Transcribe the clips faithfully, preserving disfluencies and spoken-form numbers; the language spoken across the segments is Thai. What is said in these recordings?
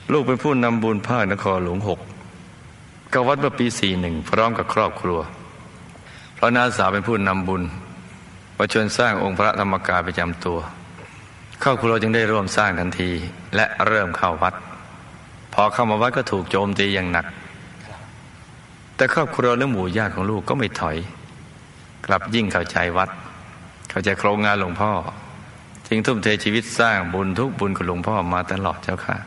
ลูกเป็นผู้นำบุญภาคนครหลวงหกเข้าวัดเมื่อปีสี่หนึ่งพร้อมกับครอบครัวเพราะน้าสาวเป็นผู้นำบุญมาชวนสร้างองค์พระธรรมกายประจำตัวครอบครัวจึงได้ร่วมสร้างทันทีและเริ่มเข้าวัดพอเข้ามาวัดก็ถูกโจมตีอย่างหนักแต่ครอบครัวและหมู่ญาติของลูกก็ไม่ถอยกลับยิ่งเข้าใจวัดเข้าใจโครงงานหลวงพ่อจึงทุ่มเทชีวิตสร้างบุญทุกบุญกับหลวงพ่อมาตลอดเจ้าค่ะ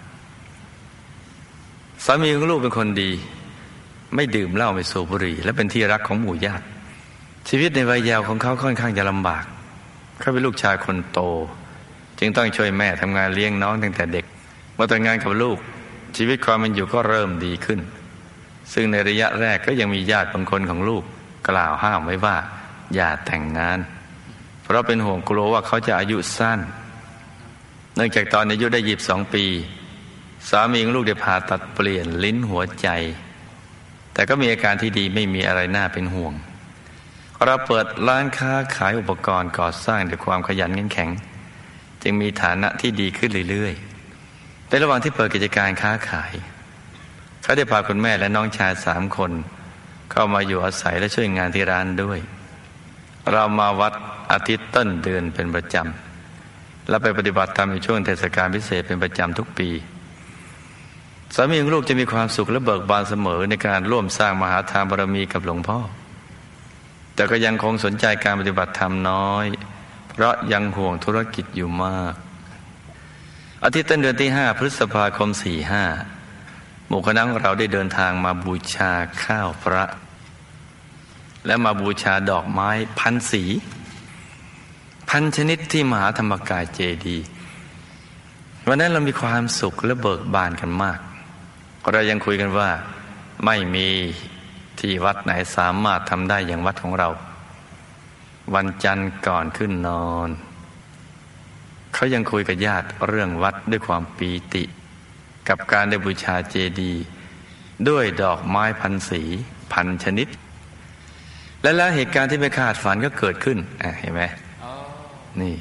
สามีของลูกเป็นคนดีไม่ดื่มเหล้าไม่สูบบุหรี่และเป็นที่รักของหมู่ญาติชีวิตในวัยเยาว์ของเขาค่อนข้างจะลำบากเขาเป็นลูกชายคนโตจึงต้องช่วยแม่ทำงานเลี้ยงน้องตั้งแต่เด็กเมื่อแต่งงานกับลูกชีวิตความเป็นอยู่ก็เริ่มดีขึ้นซึ่งในระยะแรกก็ยังมีญาติบางคนของลูกกล่าวห้ามไว้ว่าอย่าแต่งงานเพราะเป็นห่วงกลัวว่าเขาจะอายุสั้นเนื่องจากตอนอายุได้ยี่สิบสองปีสามีของลูกได้ผ่าตัดเปลี่ยนลิ้นหัวใจแต่ก็มีอาการที่ดีไม่มีอะไรน่าเป็นห่วงเราเปิดร้านค้าขายอุปกรณ์ก่อสร้างด้วยความขยันขันแข็งจึงมีฐานะที่ดีขึ้นเรื่อยๆในระหว่างที่เปิดกิจการค้าขายเขาได้พาคุณแม่และน้องชายสามคนเข้ามาอยู่อาศัยและช่วยงานที่ร้านด้วยเรามาวัดอาทิตย์ต้นเดือนเป็นประจำและไปปฏิบัติธรรมในช่วงเทศกาลพิเศษเป็นประจำทุกปีสามีของลูกจะมีความสุขและเบิกบานเสมอในการร่วมสร้างมหาทานบารมีกับหลวงพ่อแต่ก็ยังคงสนใจการปฏิบัติธรรมน้อยเพราะยังห่วงธุรกิจอยู่มากอาทิตย์ต้นเดือนที่ห้าพฤษภาคมสี่ห้าหมู่คณะของเราได้เดินทางมาบูชาข้าวพระและมาบูชาดอกไม้พันสีพันชนิดที่มหาธรรมกายเจดีย์วันนั้นเรามีความสุขและเบิกบานกันมากเรายังคุยกันว่าไม่มีที่วัดไหนสามารถทำได้อย่างวัดของเราวันจันทร์ก่อนขึ้นนอนเขายังคุยกับญาติเรื่องวัดด้วยความปีติกับการได้บูชาเจดีย์ด้วยดอกไม้พันสีพันชนิดและแล้วเหตุการณ์ที่ไม่คาดฝันก็เกิดขึ้นเห็นไหม oh. นี่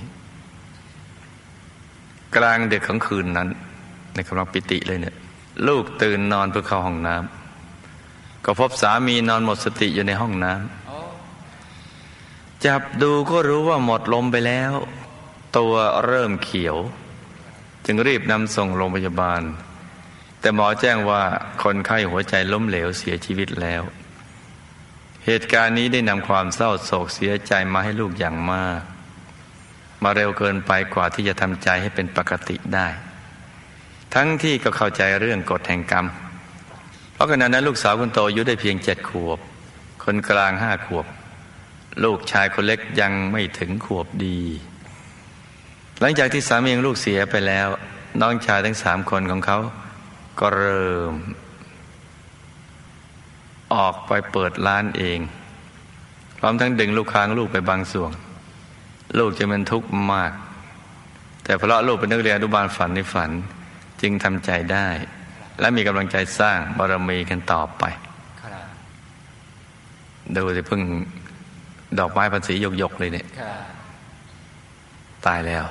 กลางดึกของคืนนั้นในกำลังปิติเลยเนี่ยลูกตื่นนอนเพื่อเข้าห้องน้ำก็พบสามีนอนหมดสติอยู่ในห้องน้ำ oh. จับดูก็รู้ว่าหมดลมไปแล้วตัวเริ่มเขียวจึงรีบนำส่งโรงพยาบาลแต่หมอแจ้งว่าคนไข้หัวใจล้มเหลวเสียชีวิตแล้วเหตุการณ์นี้ได้นำความเศร้าโศกเสียใจมาให้ลูกอย่างมากมาเร็วเกินไปกว่าที่จะทำใจให้เป็นปกติได้ทั้งที่ก็เข้าใจเรื่องกฎแห่งกรรมเพราะขณะนั้นลูกสาวคนโตอายุได้เพียงเจ็ดขวบคนกลางห้าขวบลูกชายคนเล็กยังไม่ถึงขวบดีหลังจากที่สามีของลูกเสียไปแล้วน้องชายทั้งสามคนของเขาก็เริ่มออกไปเปิดร้านเองพร้อมทั้งดึงลูกค้างลูกไปบางส่วนลูกจะเป็นทุกข์มากแต่เพราะลูกเป็นนักเรียนอนุบาลฝันในฝันจึงทำใจได้และมีกำลังใจสร้างบารมีกันต่อไปดูสิเพิ่งดอกไม้พันสีหยกๆเลยเนี่ยตายแล้ว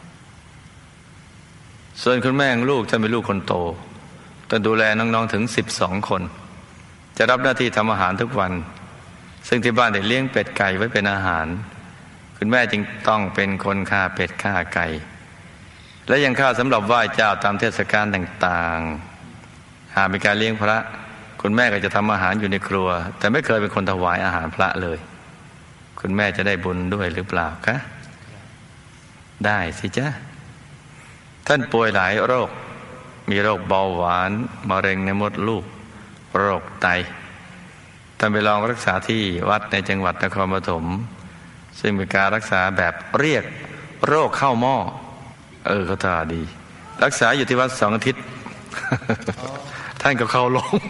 ส่วนคุณแม่ของลูกท่านเป็นลูกคนโตต้องดูแลน้องๆถึงสิบสองคนจะรับหน้าที่ทำอาหารทุกวันซึ่งที่บ้านได้เลี้ยงเป็ดไก่ไว้เป็นอาหารคุณแม่จึงต้องเป็นคนฆ่าเป็ดฆ่าไก่และยังฆ่าสำหรับไหว้เจ้าตามเทศกาลต่างๆหากมีการเลี้ยงพระคุณแม่ก็จะทำอาหารอยู่ในครัวแต่ไม่เคยเป็นคนถวายอาหารพระเลยคุณแม่จะได้บุญด้วยหรือเปล่าคะได้สิจ๊ะท่านป่วยหลายโรคมีโรคเบาหวานมะเร็งในมดลูกโรคไตท่านไปลองรักษาที่วัดในจังหวัดนครปฐมซึ่งเป็นการรักษาแบบเรียกโรคเข้าหม้อเออเขาท่าดีรักษาอยู่ที่วัดสองอาทิตย์ ท่านก็เข้าลง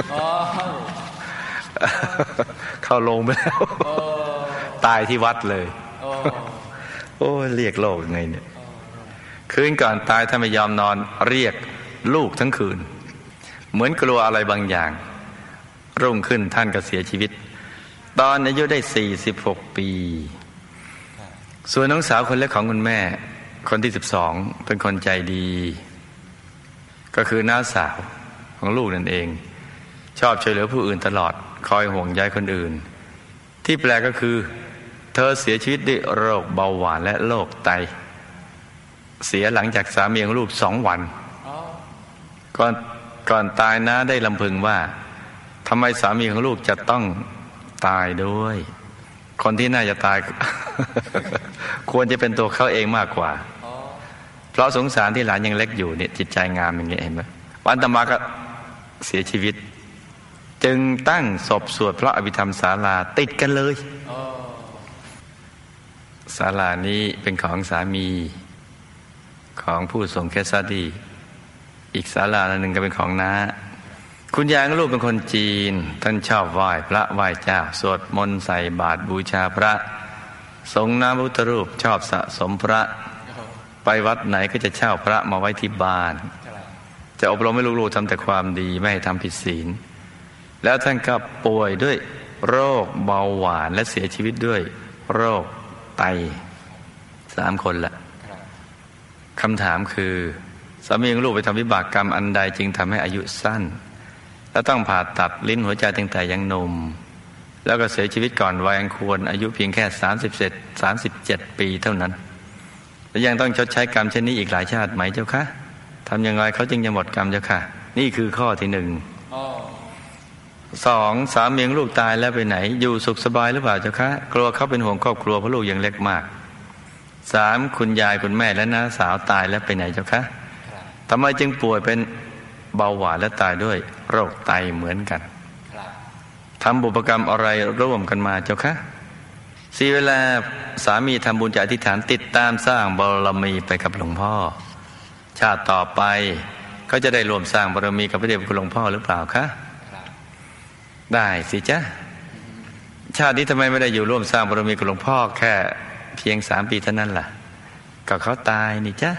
เข้าลงไปแล้ว ตายที่วัดเลย โอ้เรียกโรคยังไงเนี่ยคืนก่อนตายท่านไม่ยอมนอนเรียกลูกทั้งคืนเหมือนกลัวอะไรบางอย่างรุ่งขึ้นท่านก็เสียชีวิตตอนอายุได้สี่สิบหกปีส่วนน้องสาวคนเล็กของคุณแม่คนที่สิบสองเป็นคนใจดีก็คือน้าสาวของลูกนั่นเองชอบช่วยเหลือผู้อื่นตลอดคอยห่วงใยคนอื่นที่แปลก็คือเธอเสียชีวิตด้วยโรคเบาหวานและโรคไตเสียหลังจากสามีของลูกสองวันก่อนก่อนตายนะได้ลำพึงว่าทำไมสามีของลูกจะต้องตายด้วยคนที่น่าจะตาย ควรจะเป็นตัวเขาเองมากกว่าเพราะสงสารที่หลานยังเล็กอยู่เนี่ยจิตใจงามอย่างนี้เห็นไหมวันต่อมาก็เสียชีวิตจึงตั้งศพสวดพระอภิธรรมศาลาติดกันเลยศาลานี้เป็นของสามีของผู้ส่งเคสซาดีอีกศาลาหนึ่งก็เป็นของน้าคุณยายของลูกเป็นคนจีนท่านชอบไหว้พระไหว้เจ้าสวดมนต์ใส่บาตรบูชาพระทรงน้ำพระพุทธรูปชอบสะสมพระไปวัดไหนก็จะเช่าพระมาไว้ที่บ้านจะอบรมให้ลูกๆทำแต่ความดีไม่ให้ทำผิดศีลแล้วท่านก็ป่วยด้วยโรคเบาหวานและเสียชีวิตด้วยโรคไตสามคนละคำถามคือสามีของลูกไปทำวิบากกรรมอันใดจึงทำให้อายุสั้นและต้องผ่าตัดลิ้นหัวใจตั้งแต่ยังหนุ่มแล้วก็เสียชีวิตก่อนวัยอันควรอายุเพียงแค่สามสิบเจ็ด สามสิบเจ็ดปีเท่านั้นและยังต้องชดใช้กรรมเช่นนี้อีกหลายชาติไหมเจ้าคะทำอย่างไรเขาจึงจะหมดกรรมเจ้าค่ะนี่คือข้อที่หนึ่งสองสามีของลูกตายแล้วไปไหนอยู่สุขสบายหรือเปล่าเจ้าคะกลัวเขาเป็นห่วงครอบครัวเพราะลูกยังเล็กมากสามคุณยายคุณแม่และน้าสาวตายแล้วไปไหนเจ้าคะทำไมจึงป่วยเป็นเบาหวานและตายด้วยโรคไตเหมือนกันทำบุพกรรมอะไรร่วมกันมาเจ้าคะสี่เวลาสามีทำบุญจะอธิษฐานติดตามสร้างบารมีไปกับหลวงพ่อชาติต่อไปเขาจะได้รวมสร้างบารมีกับพระเดชพระคุณหลวงพ่อหรือเปล่าคะได้สิจ๊ะชาตินี้ทำไมไม่ได้อยู่ร่วมสร้างบารมีกับหลวงพ่อแค่เพียงสามปีเท่านั้นล่ะก็เขาตายนี่จ๊ะ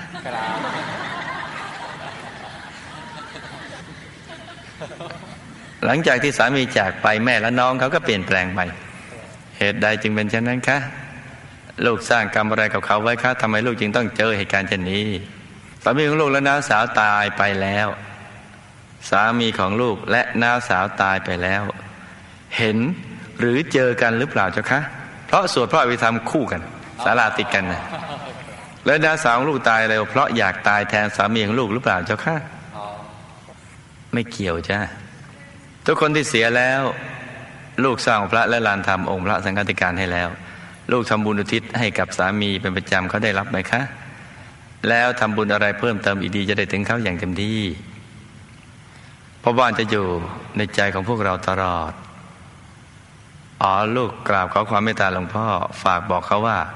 หลังจากที่สามีจากไปแม่และน้องเขาก็เปลี่ยนแปลงไปเหตุใดจึงเป็นเช่นนั้นคะลูกสร้างกรรมอะไรกับเขาไว้คะทำไมลูกจึงต้องเจอเหตุการณ์เช่นนี้สามีของลูกและน้าสาวตายไปแล้วสามีของลูกและน้าสาวตายไปแล้วเห็นหรือเจอกันหรือเปล่าเจ้าคะเพราะสวดพระอภิธรรมคู่กันศาลาติดกันนะแล้วน้าสาวของลูกตายเร็วเพราะอยากตายแทนสามีของลูกหรือเปล่าเจ้าคะไม่เกี่ยวจ้าทุกคนที่เสียแล้วลูกสร้างพระและลานธรรมองค์พระสังฆติการให้แล้วลูกทำบุญอุทิศให้กับสามีเป็นประจำเขาได้รับไหมคะแล้วทำบุญอะไรเพิ่มเติมอีกดีจะได้ถึงเขาอย่างเต็มที่เพราะบ้านจะอยู่ในใจของพวกเราตลอดอ๋อลูกกราบขอความเมตตาหลวงพ่อฝากบอกเขาว่า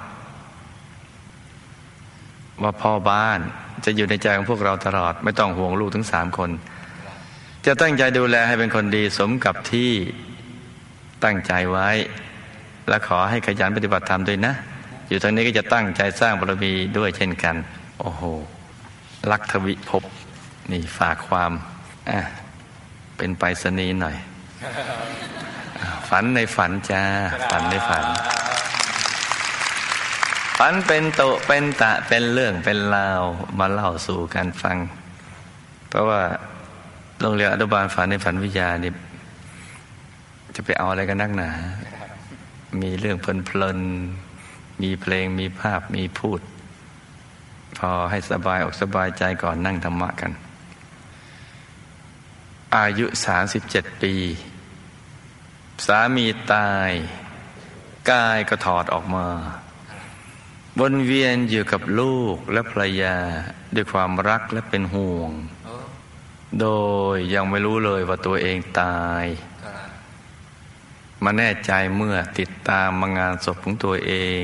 ว่าพ่อบ้านจะอยู่ในใจของพวกเราตลอดไม่ต้องห่วงลูกถึงสามคนจะตั้งใจดูแลให้เป็นคนดีสมกับที่ตั้งใจไว้และขอให้ขยันปฏิบัติธรรมด้วยนะอยู่ทางนี้ก็จะตั้งใจสร้างบารมีด้วยเช่นกันโอ้โหลักทวิภพนี่ฝากความอ่ะเป็นไปสนีหน่อย ฝันในฝันจ้าฝันในฝันฝันเป็นโตเป็นตะเป็นเรื่องเป็นราวมาเล่าสู่กันฟังเพราะว่าโรงเรียนอนุบาลฝันในฝันวิทยานี่จะไปเอาอะไรกันนักหนามีเรื่องเพลินๆมีเพลงมีภาพมีพูดพอให้สบายอกสบายใจก่อนนั่งธรรมะกันอายุสามสิบเจ็ดปีสามีตายกายก็ถอดออกมาวนเวียนอยู่กับลูกและภรรยาด้วยความรักและเป็นห่วงโดยยังไม่รู้เลยว่าตัวเองตายมาแน่ใจเมื่อติดตามมางานศพของตัวเอง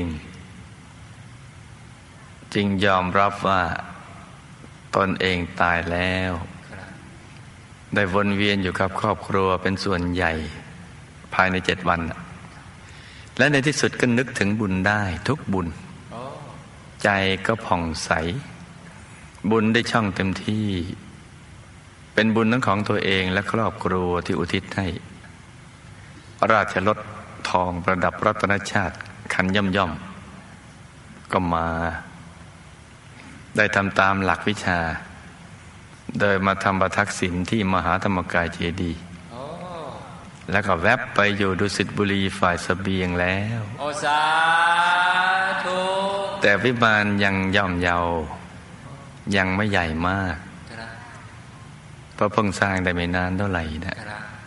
จึงยอมรับว่าตนเองตายแล้วได้วนเวียนอยู่กับครอบครัวเป็นส่วนใหญ่ภายในเจ็ดวันและในที่สุดก็นึกถึงบุญได้ทุกบุญใจก็ผ่องใสบุญได้ช่องเต็มที่เป็นบุญทั้งของตัวเองและครอบครัวที่อุทิศให้ราชรถทองประดับรัตนชาติคันย่อมย่อมก็มาได้ทำตามหลักวิชาโดยมาทำประทักษิณที่มหาธรรมกายเจดีย์แล้วก็แวบไปอยู่ดุสิตบุรีฝ่ายเสบียงแล้วโอสาธุแต่วิมานยังย่อมเยายังไม่ใหญ่มากเพราะเพิ่งสร้างได้ไม่นานเท่าไหร่นะ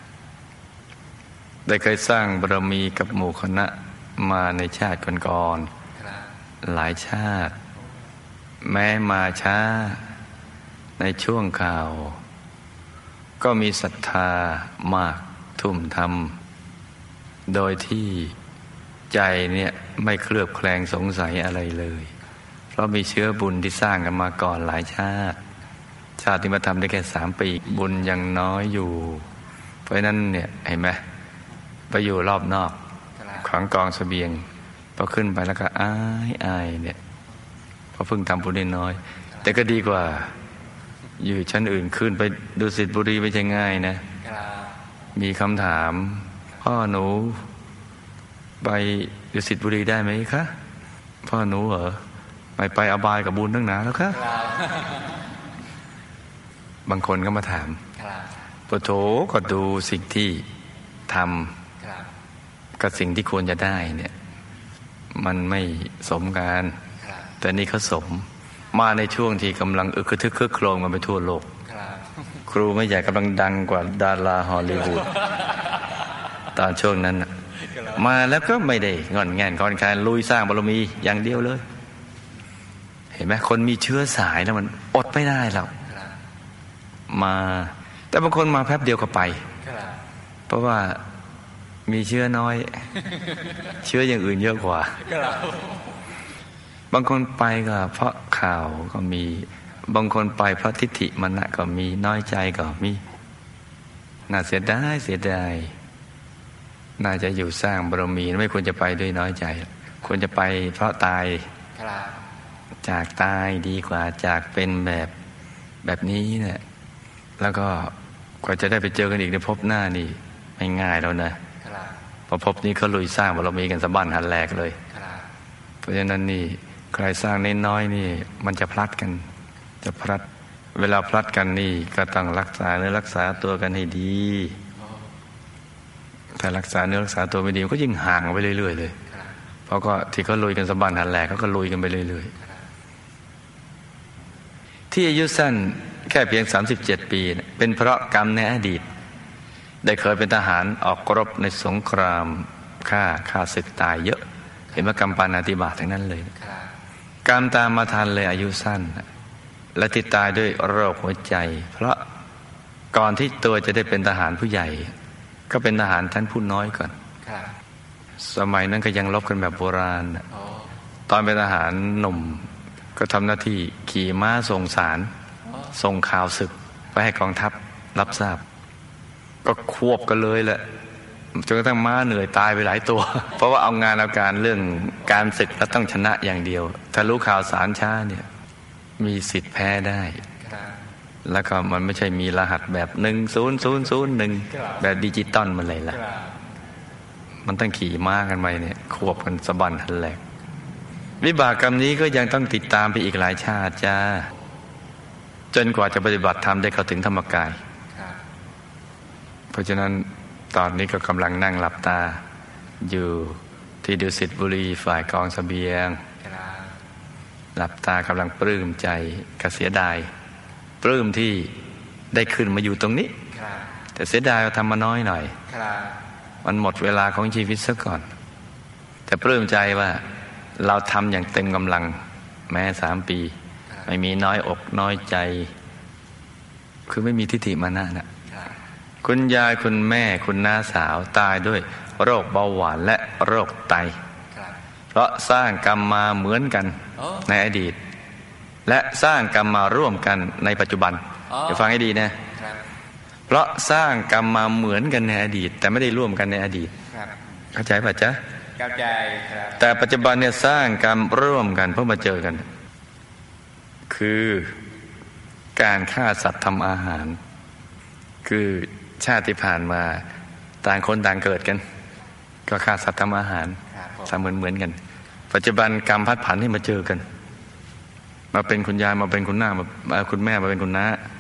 ได้เคยสร้างบารมีกับหมู่คณะมาในชาติก่อนๆหลายชาติแม้มาช้าในช่วงข่าวก็มีศรัทธามากทุ่มทำโดยที่ใจเนี่ยไม่เคลือบแคลงสงสัยอะไรเลยเพราะมีเชื้อบุญที่สร้างกันมาก่อนหลายชาติชาติที่มาทำได้แค่สามปีบุญยังน้อยอยู่เพราะนั้นเนี่ยเห็นไหมไปอยู่รอบนอกของกองเสบียงพอขึ้นไปแล้วก็อายอายเนี่ยพอเพิ่งทำบุญได้น้อยแต่ก็ดีกว่าอยู่ชั้นอื่นขึ้นไปดุสิตบุรีไม่ใช่ง่ายนะมีคำถามพ่อหนูไปดุสิตบุรีได้ไหมคะพ่อหนูเหรอไม่ไปอบายกับบุญตั้งนานแล้วคะบางคนก็มาถามปะโถก็ดูสิ่งที่ทำกับสิ่งที่ควรจะได้เนี่ยมันไม่สมกันแต่นี่เขาสมมาในช่วงที่กำลังอึกระทึกคึกโครมกันไปทั่วโลกครูไม่ใหญ่กำลังดังกว่าดาราฮอลลีวูดตอนช่วงนั้นมาแล้วก็ไม่ได้งอนแง่นคอนคานลุยสร้างบารมีอย่างเดียวเลยเห็นไหมคนมีเชื้อสายแล้วมันอดไม่ได้หรอกมาแต่บางคนมาแป๊บเดียวก็ไปเพราะว่ามีเชื้อน้อยเชื้ออย่างอื่นเยอะกว่าบางคนไปก็เพราะข่าวก็มีบางคนไปเพราะทิฏฐิมานะก็มีน้อยใจก็มีน่าเสียดายเสียดายน่าจะอยู่สร้างบารมีไม่ควรจะไปด้วยน้อยใจควรจะไปเพราะตายจากตายดีกว่าจากเป็นแบบแบบนี้เนี่ยแล้วก็กว่าจะได้ไปเจอกันอีกในภพหน้านี่ไม่ง่ายแล้วนะพอภพนี้เขาลุยสร้างบารมีกันสะบั้นหันแหลกเลยเพราะฉะนั้นนี่ใครสร้างน้อยๆนี่มันจะพลัดกันจะพลัดเวลาพลัดกันนี่ก็ต้องรักษาเนื้อรักษาตัวกันให้ดีถ้ารักษาเนื้อรักษาตัวไม่ดีก็ยิ่งห่างไปเรื่อยๆเลยเพราะก็ที่เขาลุยกันสะบั้นหันแหลกเขาก็ลุยกันไปเรื่อยๆที่อายุสั้นแค่เพียงสามสิบเจ็ดปีเป็นเพราะกรรมในอดีตได้เคยเป็นทหารออกรบในสงครามฆ่าฆ่าศึกตายเยอะเห็นว่ากรรมปาณาติบาตทั้งนั้นเลยกรรมตามมาทันเลยอายุสั้นและติดตายด้วยโรคหัวใจเพราะก่อนที่ตัวจะได้เป็นทหารผู้ใหญ่ก็เป็นทหารชั้นผู้น้อยก่อนสมัยนั้นก็ยังรบกันแบบโบราณตอนเป็นทหารหนุ่มก็ทำหน้าที่ขี่ม้าส่งสารส่งข่าวศึกไปให้กองทัพรับทราบก็ควบกันเลยแหละจนกระทั่งม้าเหนื่อยตายไปหลายตัวเพราะว่าเอางานเอาการเรื่องการศึกแล้วต้องชนะอย่างเดียวถ้ารู้ข่าวสารช้าเนี่ยมีสิทธิ์แพ้ได้แล้วก็มันไม่ใช่มีรหัสแบบหนึ่งศูนย์ศูนย์ศูนย์หนึ่งแบบดิจิตอลมันเลยล่ะมันต้องขี่ม้ากันไปเนี่ยควบกันสะบั้นหันแหลกวิบากกรรมนี้ก็ยังต้องติดตามไปอีกหลายชาติจ้าจนกว่าจะปฏิบัติธรรมได้เข้าถึงธรรมกายเพราะฉะนั้นตอนนี้ก็กำลังนั่งหลับตาอยู่ที่ดุสิตบุรีฝ่ายกองเสบียงหลับตากำลังปลื้มใจกระเสียดายปลื้มที่ได้ขึ้นมาอยู่ตรงนี้แต่เสียดายว่าทำมาน้อยหน่อยมันหมดเวลาของชีวิตซะก่อนแต่ปลื้มใจว่าเราทำอย่างเต็มกำลังแม้สามปีไม่มีน้อยอกน้อยใจคือไม่มีทิฏฐิมานะนะคุณยายคุณแม่คุณน้าสาวตายด้วยโรคเบาหวานและโรคไตเพราะสร้างกรรมมาเหมือนกันในอดีตและสร้างกรรมมาร่วมกันในปัจจุบันเดี๋ยวฟังให้ดีนะเพราะสร้างกรรมมาเหมือนกันในอดีตแต่ไม่ได้ร่วมกันในอดีตเข้าใจป่ะจ๊ะเข้าใจครับแต่ปัจจุบันเนี่ยสร้างกรรมร่วมกันเพื่อมาเจอกันคือการฆ่าสัตว์ทำอาหารคือชาติที่ผ่านมาต่างคนต่างเกิดกันก็ฆ่าสัตว์ทำอาหารทำเหมือนเหมือนกันปัจจุบันกรรมพัดผันให้มาเจอกันมาเป็นคุณยายมาเป็นคุณน้ามาคุณแม่มาเป็นคุณน้า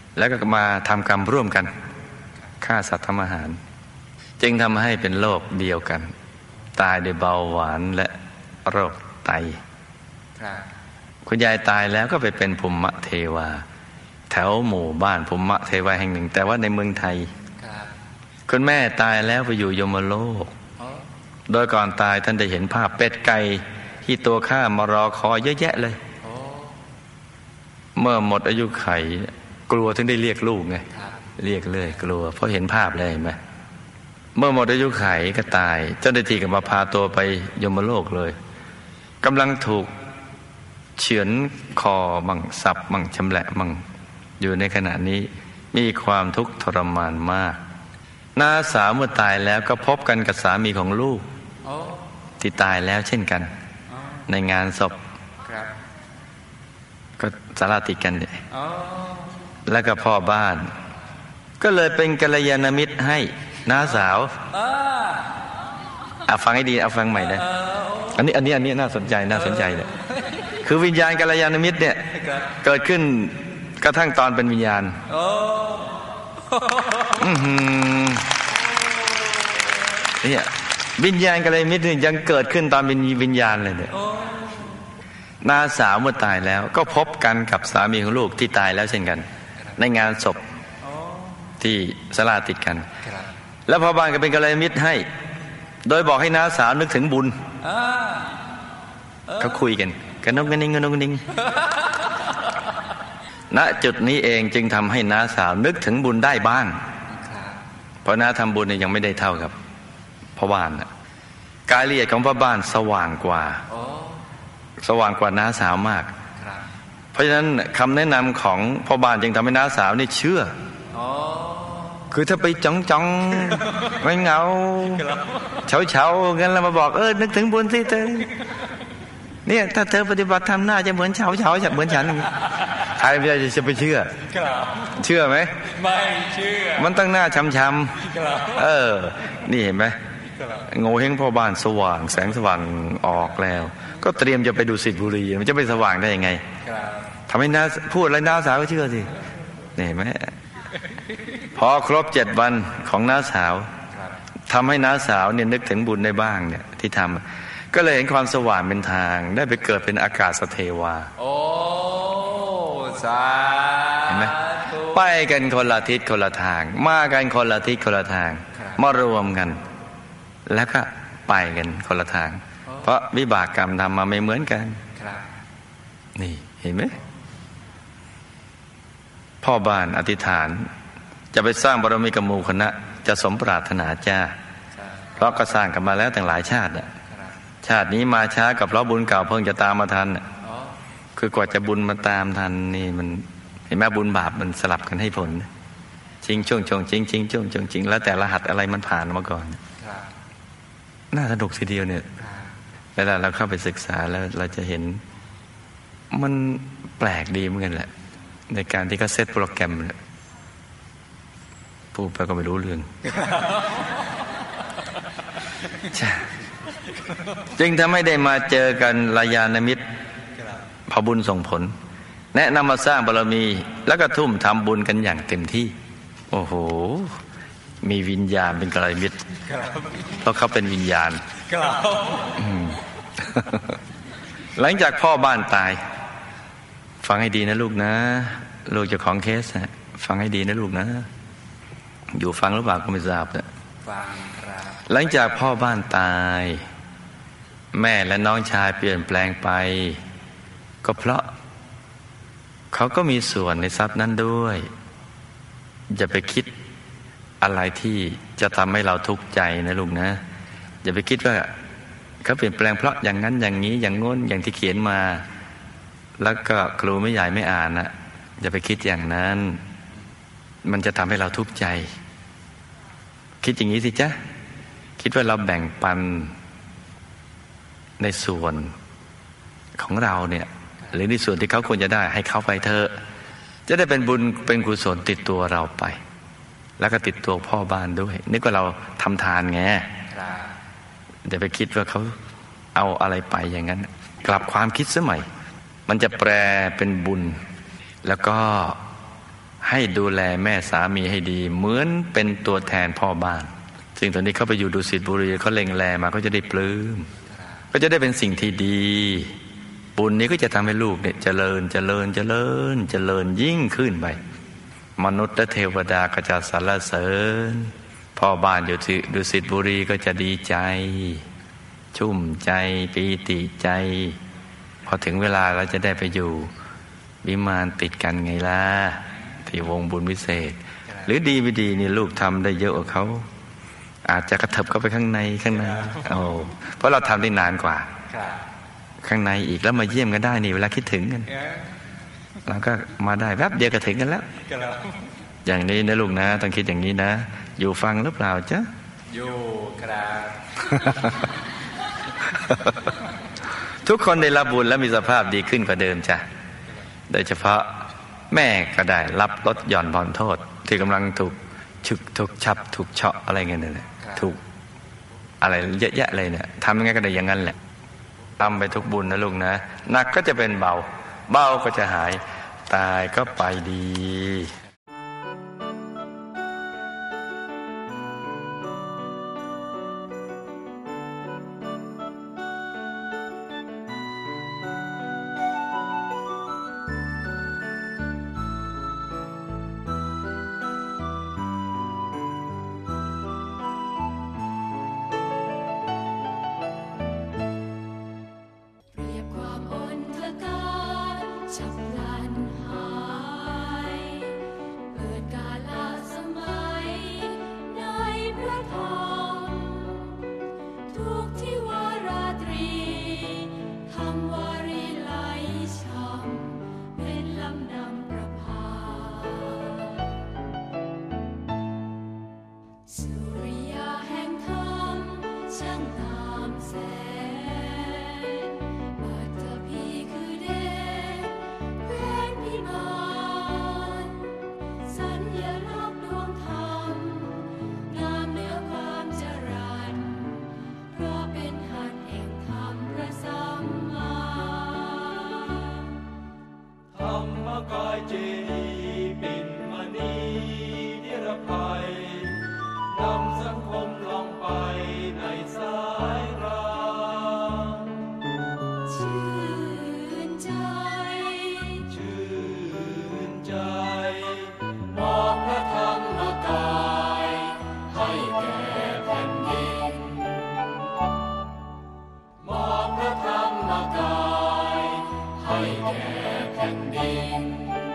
แล้วก็มาทำกรรมร่วมกันฆ่าสัตว์ทำอาหารจึงทำให้เป็นโรคเดียวกันตายด้วยเบาหวานและโรคไตคุณยายตายแล้วก็ไปเป็นภูมิเทวาแถวหมู่บ้านภูมิเทวาแห่งหนึ่งแต่ว่าในเมืองไทยคุณแม่ตายแล้วไปอยู่ยมโลกโดยก่อนตายท่านได้เห็นภาพเป็ดไก่ที่ตัวข้ามารอคอยเยอะแยะเลยเมื่อหมดอายุไขกลัวถึงได้เรียกลูกไงเรียกเลยกลัวเพราะเห็นภาพเลยเห็นไหมเมื่อหมดอายุไขก็ตายเจ้าหน้าที่ก็มาพาตัวไปยมโลกเลยกำลังถูกเฉือนคอมั่งสับมั่งชำแหละมั่งอยู่ในขณะนี้มีความทุกข์ทรมานมากน้าสาวเมื่อตายแล้วก็พบกันกับสามีของลูกที่ตายแล้วเช่นกันในงานศพก็สาราติดกันเลยแล้วก็พ่อบ้านก็เลยเป็นกัลยาณมิตรให้น้าสาวอ่ะฟังให้ดีเอาฟังใหม่นะอันนี้อันนี้อันนี้น่าสนใจน่าสนใจเลยคือวิญญาณกัลยาณมิตรเนี่ยเกิดขึ้นกระทั่งตอนเป็นวิญญาณเนี่ยวิญญาณกัลยาณมิตรยังเกิดขึ้นตอนเป็นวิญญาณเลยเนี่ยน้าสาวเมื่อตายแล้วก็พบกันกับสามีของลูกที่ตายแล้วเช่นกันในงานศพที่ศาลาติดกันแล้วพ่อบ้านก็เป็นกัลยาณมิตรให้โดยบอกให้น้าสาวนึกถึงบุญเขาคุยกันกันนกกันนิ่งกันนกกันนิ่งณจุดนี้เองจึงทำให้น้าสาวนึกถึงบุญได้บ้างเพราะน้าทำบุญเนี่ยยังไม่ได้เท่ากับพ่อบ้านนะกายละเอียดของพ่อบ้านสว่างกว่าสว่างกว่าน้าสาวมากเพราะฉะนั้นคำแนะนำของพ่อบ้านจึงทำให้น้าสาวนี่เชื่อคือถ้าไปจ้องจ้องไม่เงาเฉาเฉางั้นเรามาบอกเออนึกถึงบุญสิเธอเนี่ยถ้าเธอปฏิบัติธรรมน่าจะเหมือนเฉาเฉาเหมือนฉันใครจะไปเชื่อเชื่อไหมไม่เชื่อมันตั้งหน้าช้ำช้ำเออนี่เห็นไหมโง่เฮงพ่อบ้านสว่างแสงสว่างออกแล้วก็เตรียมจะไปดูสิทธิบุรีมันจะไปสว่างได้ยังไงทำให้น้าพูดอะไรน้าสาวก็เชื่อสินี่เห็นไหมพอครบเจ็ดวันของน้าสาวทำให้น้าสาวเนี่ยนึกถึงบุญได้บ้างเนี่ยที่ทำก็เลยเห็นความสว่างเป็นทางได้ไปเกิดเป็นอากาศเทวาโอ้สาเห็นไหมไปกันคนละทิศคนละทางมากันคนละทิศคนละทางมารวมกันแล้วก็ไปกันคนละทางเพราะวิบากกรรมทำมาไม่เหมือนกันนี่เห็นไหมพ่อบ้านอธิษฐานจะไปสร้างบารมีกับหมู่คณะจะสมปรารถนาจ้าเพราะก็สร้างกันมาแล้วตั้งหลายชาติชาตินี้มาช้ากับเพราะบุญเก่าเพิ่งจะตามมาทันคือกว่าจะบุญมาตามทันนี่มันเห็นไหมบุญบาปมันสลับกันให้ผลจริงช่วงช่วงจริงจริงช่วงช่วงจริงแล้วแต่รหัสอะไรมันผ่านมาก่อนน่าสนุกทีเดียวเนี่ยเวลาเราเข้าไปศึกษาแล้วเราจะเห็นมันแปลกดีเหมือนกันแหละในการที่เขาเซตโปรแกรมเนี่ยพูดไปก็ไม่รู้เรื่องใช่จึงทำให้ได้มาเจอกันกัลยาณมิตรพอบุญส่งผลแนะนำมาสร้างบารมีแล้วก็ทุ่มทำบุญกันอย่างเต็มที่โอ้โหมีวิญญาณเป็นกัลยาณมิตรเพราะเขาเป็นวิญญาณหลังจากพ่อบ้านตายฟังให้ดีนะลูกนะลูกเจ้าของเคสนะฟังให้ดีนะลูกนะอยู่ฟังหรือเปล่าก็ไม่ทราบนะฟังครับหลังจากพ่อบ้านตายแม่และน้องชายเปลี่ยนแปลงไปก็เพราะเขาก็มีส่วนในทรัพย์นั้นด้วยอย่าไปคิดอะไรที่จะทำให้เราทุกข์ใจนะลูกนะอย่าไปคิดว่าเขาเปลี่ยนแปลงเพราะอย่างนั้นอย่างนี้อย่างโน้นอย่างที่เขียนมาแล้วก็ครูไม่ใหญ่ไม่อ่านนะอย่าไปคิดอย่างนั้นมันจะทำให้เราทุกข์ใจคิดอย่างนี้สิจ๊ะคิดว่าเราแบ่งปันในส่วนของเราเนี่ยหรือในส่วนที่เขาควรจะได้ให้เขาไปเถอะจะได้เป็นบุญเป็นกุศลติดตัวเราไปแล้วก็ติดตัวพ่อบ้านด้วยนึกว่าเราทำทานไงอย่าไปคิดว่าเขาเอาอะไรไปอย่างนั้นกลับความคิดซะใหม่มันจะแปลเป็นบุญแล้วก็ให้ดูแลแม่สามีให้ดีเหมือนเป็นตัวแทนพ่อบ้านซึ่งตอนนี้เขาไปอยู่ดุสิตบุรีเขาเล็งแลมาก็จะได้ปลื้มก็จะได้เป็นสิ่งที่ดีบุญนี้ก็จะทำให้ลูกเนี่ยเจริญเจริญเจริญเจริญยิ่งขึ้นไปมนุษย์และเทวดาก็จะสรรเสริญพ่อบ้านอยู่ที่ดุสิตบุรีก็จะดีใจชุ่มใจปีติใจพอถึงเวลาเราจะได้ไปอยู่วิมานติดกันไงล่ะที่วงบุญวิเศษหรือดีไม่ดีนี่ลูกทำได้เยอะกว่าเขาอาจจะกระเถิบเข้าไปข้างในข้างในโอ้เพราะเราทำได้นานกว่าข้างในอีกแล้วมาเยี่ยมกันได้นี่เวลาคิดถึงกันเราก็มาได้แป๊บเดียวก็ถึงกันแล้วอย่างนี้นะลูกนะต้องคิดอย่างนี้นะอยู่ฟังหรือเปล่าจ๊ะอยู่ครับทุกคนได้รับบุญและมีสภาพดีขึ้นกว่าเดิมจ้ะโดยเฉพาะแม่ก็ได้รับลดหย่อนผ่อนโทษที่กำลังถูกฉึกถูกฉับถูกเฉาะอะไรเงี้ยเนี่ยถูกอะไรเยอะแยะเลยเนี่ยทำยังไงก็ได้อย่างนั้นแหละทำไปทุกบุญนะลูกนะหนักก็จะเป็นเบาเบาก็จะหายตายก็ไปดีให้แก่แผ่นดิน